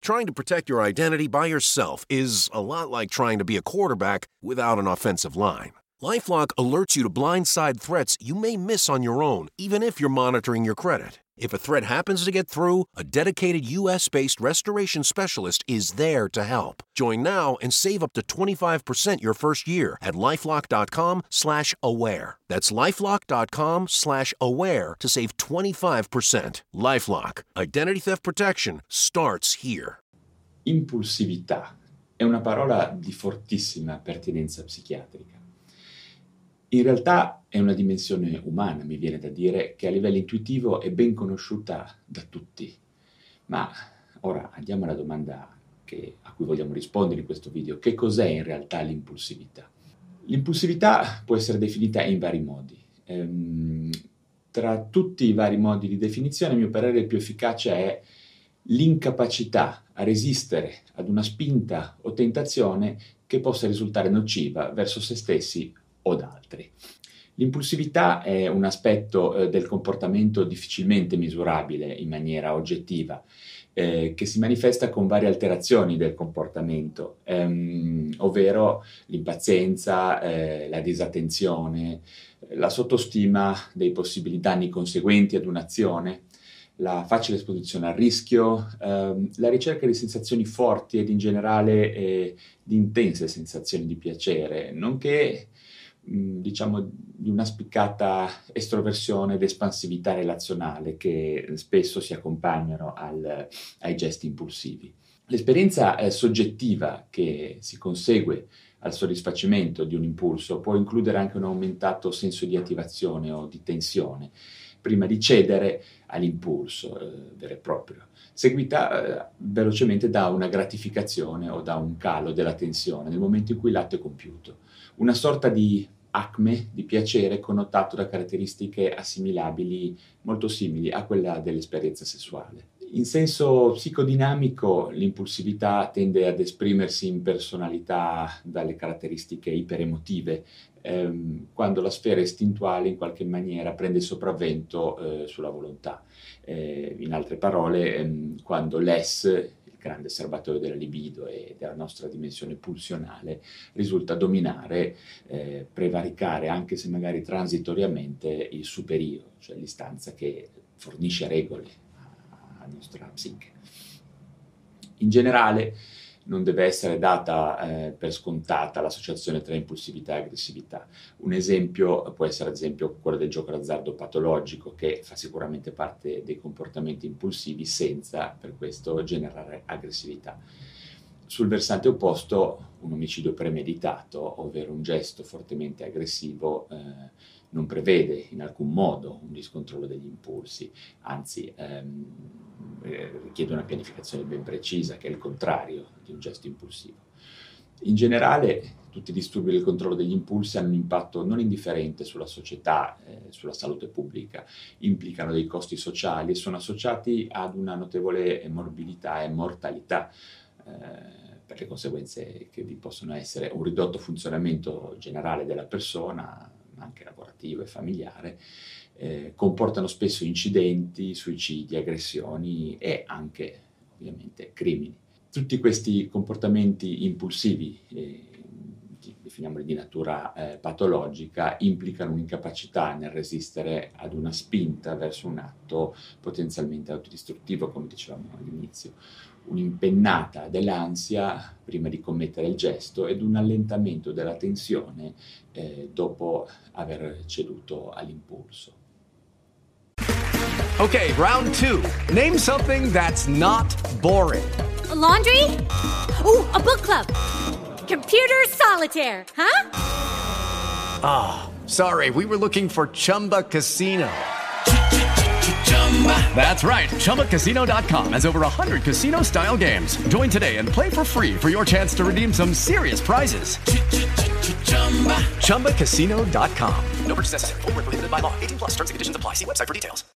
Trying to protect your identity by yourself is a lot like trying to be a quarterback without an offensive line. LifeLock alerts you to blindside threats you may miss on your own, even if you're monitoring your credit. If a threat happens to get through, a dedicated U.S.-based restoration specialist is there to help. Join now and save up to 25% your first year at LifeLock.com/aware. That's LifeLock.com/aware to save 25%. LifeLock. Identity theft protection starts here. Impulsività è una parola di fortissima pertinenza psichiatrica. In realtà è una dimensione umana, mi viene da dire, che a livello intuitivo è ben conosciuta da tutti. Ma ora andiamo alla domanda a cui vogliamo rispondere in questo video. Che cos'è in realtà l'impulsività? L'impulsività può essere definita in vari modi. Tra tutti i vari modi di definizione, a mio parere, il più efficace è l'incapacità a resistere ad una spinta o tentazione che possa risultare nociva verso se stessi o da altri. L'impulsività è un aspetto del comportamento difficilmente misurabile in maniera oggettiva, che si manifesta con varie alterazioni del comportamento, ovvero l'impazienza, la disattenzione, la sottostima dei possibili danni conseguenti ad un'azione, la facile esposizione al rischio, la ricerca di sensazioni forti ed in generale di intense sensazioni di piacere, nonché diciamo di una spiccata estroversione ed espansività relazionale che spesso si accompagnano ai gesti impulsivi. L'esperienza soggettiva che si consegue al soddisfacimento di un impulso può includere anche un aumentato senso di attivazione o di tensione prima di cedere all'impulso vero e proprio, seguita velocemente da una gratificazione o da un calo della tensione nel momento in cui l'atto è compiuto. Una sorta di acme di piacere connotato da caratteristiche assimilabili, molto simili a quella dell'esperienza sessuale. In senso psicodinamico, l'impulsività tende ad esprimersi in personalità dalle caratteristiche iperemotive, quando la sfera istintuale in qualche maniera prende il sopravvento sulla volontà. In altre parole, quando l'es, il grande serbatoio della libido e della nostra dimensione pulsionale, risulta dominare, prevaricare, anche se magari transitoriamente, il superio, cioè l'istanza che fornisce regole alla nostra psiche. In generale, non deve essere data per scontata l'associazione tra impulsività e aggressività. Un esempio può essere ad esempio quello del gioco d'azzardo patologico, che fa sicuramente parte dei comportamenti impulsivi senza per questo generare aggressività. Sul versante opposto, un omicidio premeditato, ovvero un gesto fortemente aggressivo, non prevede in alcun modo un discontrollo degli impulsi, anzi richiede una pianificazione ben precisa, che è il contrario di un gesto impulsivo. In generale, tutti i disturbi del controllo degli impulsi hanno un impatto non indifferente sulla società, sulla salute pubblica, implicano dei costi sociali e sono associati ad una notevole morbidità e mortalità, per le conseguenze che vi possono essere un ridotto funzionamento generale della persona, anche lavorativo e familiare, comportano spesso incidenti, suicidi, aggressioni e anche ovviamente crimini. Tutti questi comportamenti impulsivi, definiamoli di natura patologica, implicano un'incapacità nel resistere ad una spinta verso un atto potenzialmente autodistruttivo, come dicevamo all'inizio, un'impennata dell'ansia prima di commettere il gesto ed un allentamento della tensione dopo aver ceduto all'impulso. Okay, round two. Name something that's not boring. A laundry? Ooh, a book club. Computer solitaire, huh? Ah, sorry, we were looking for Chumba Casino. That's right, ChumbaCasino.com has over 100 casino-style games. Join today and play for free for your chance to redeem some serious prizes. ChumbaCasino.com. No purchase necessary. Void where prohibited by law. 18+ terms and conditions apply. See website for details.